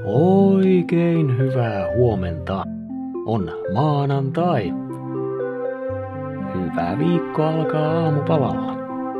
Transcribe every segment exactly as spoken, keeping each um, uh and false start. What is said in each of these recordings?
Oikein hyvää huomenta. On maanantai. Hyvä viikko alkaa aamupalalla.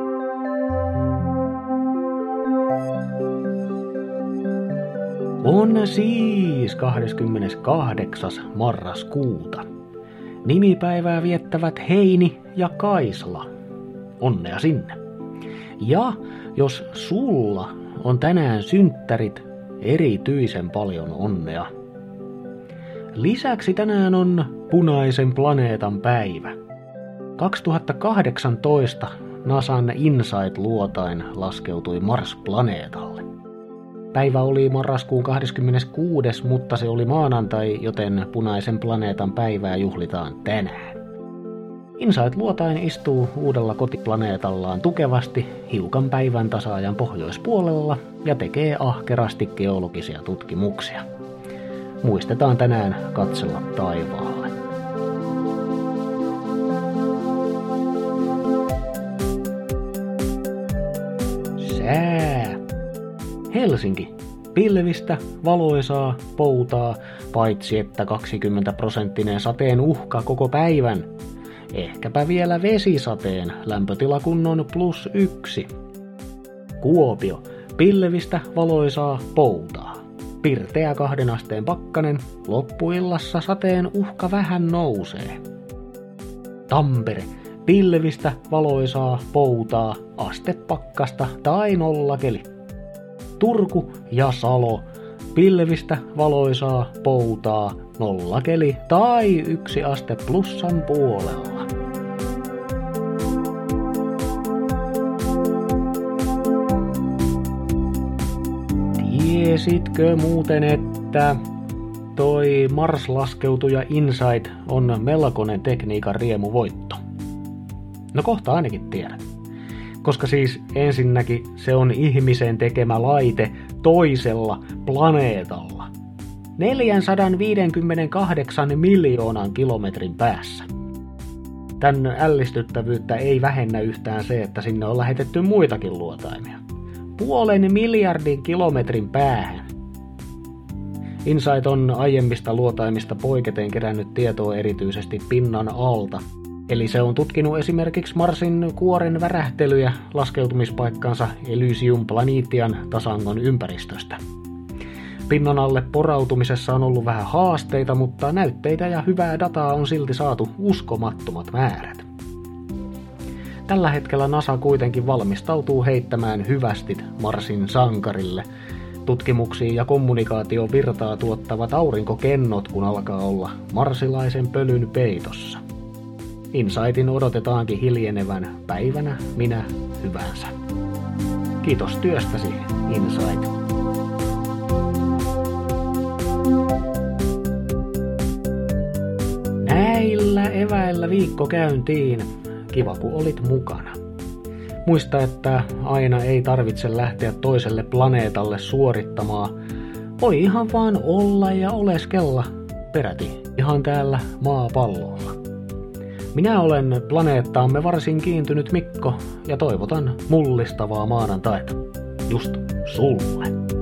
On siis kahdeskymmeneskahdeksas marraskuuta. Nimipäivää viettävät Heini ja Kaisla. Onnea sinne. Ja jos sulla on tänään synttärit, erityisen paljon onnea. Lisäksi tänään on punaisen planeetan päivä. kaksituhattakahdeksantoista NASAn InSight-luotain laskeutui Mars-planeetalle. Päivä oli marraskuun kahdeskymmeneskuudes, mutta se oli maanantai, joten punaisen planeetan päivää juhlitaan tänään. InSight-luotain istuu uudella kotiplaneetallaan tukevasti hiukan päivän tasaajan pohjoispuolella ja tekee ahkerasti geologisia tutkimuksia. Muistetaan tänään katsella taivaalle. Sää. Helsinki. Pilvistä, valoisaa, poutaa, paitsi että kaksikymmentä prosenttinen sateen uhka koko päivän. Ehkäpä vielä vesisateen, lämpötila kunnon plus yksi. Kuopio. Pilvistä, valoisaa, poutaa. Pirteä kahden asteen pakkanen, loppuillassa sateen uhka vähän nousee. Tampere. Pilvistä, valoisaa, poutaa, aste pakkasta tai nollakeli. Turku ja Salo. Pilvistä, valoisaa, poutaa, nollakeli tai yksi aste plussan puolella. Tiesitkö muuten, että toi Mars-laskeutuja InSight on melkoinen tekniikan riemuvoitto? No kohta ainakin tiedät. Koska siis ensinnäkin se on ihmisen tekemä laite toisella planeetalla. neljäsataaviisikymmentäkahdeksan miljoonan kilometrin päässä. Tän ällistyttävyyttä ei vähennä yhtään se, että sinne on lähetetty muitakin luotaimia. Puolen miljardin kilometrin päähän. InSight on aiemmista luotaimista poiketen kerännyt tietoa erityisesti pinnan alta. Eli se on tutkinut esimerkiksi Marsin kuoren värähtelyjä laskeutumispaikkansa Elysium Planitian tasangon ympäristöstä. Pinnan alle porautumisessa on ollut vähän haasteita, mutta näytteitä ja hyvää dataa on silti saatu uskomattomat määrät. Tällä hetkellä NASA kuitenkin valmistautuu heittämään hyvästit Marsin sankarille. Tutkimuksiin ja kommunikaation virtaa tuottavat aurinkokennot, kun alkaa olla marsilaisen pölyn peitossa. InSightin odotetaankin hiljenevän päivänä minä hyvänsä. Kiitos työstäsi, InSight. Näillä eväillä viikko käyntiin. Kiva kun olit mukana. Muista, että aina ei tarvitse lähteä toiselle planeetalle suorittamaan. Voi ihan vaan olla ja oleskella peräti ihan täällä maapallolla. Minä olen planeettaamme varsin kiintynyt Mikko ja toivotan mullistavaa maanantaita. Just sulle.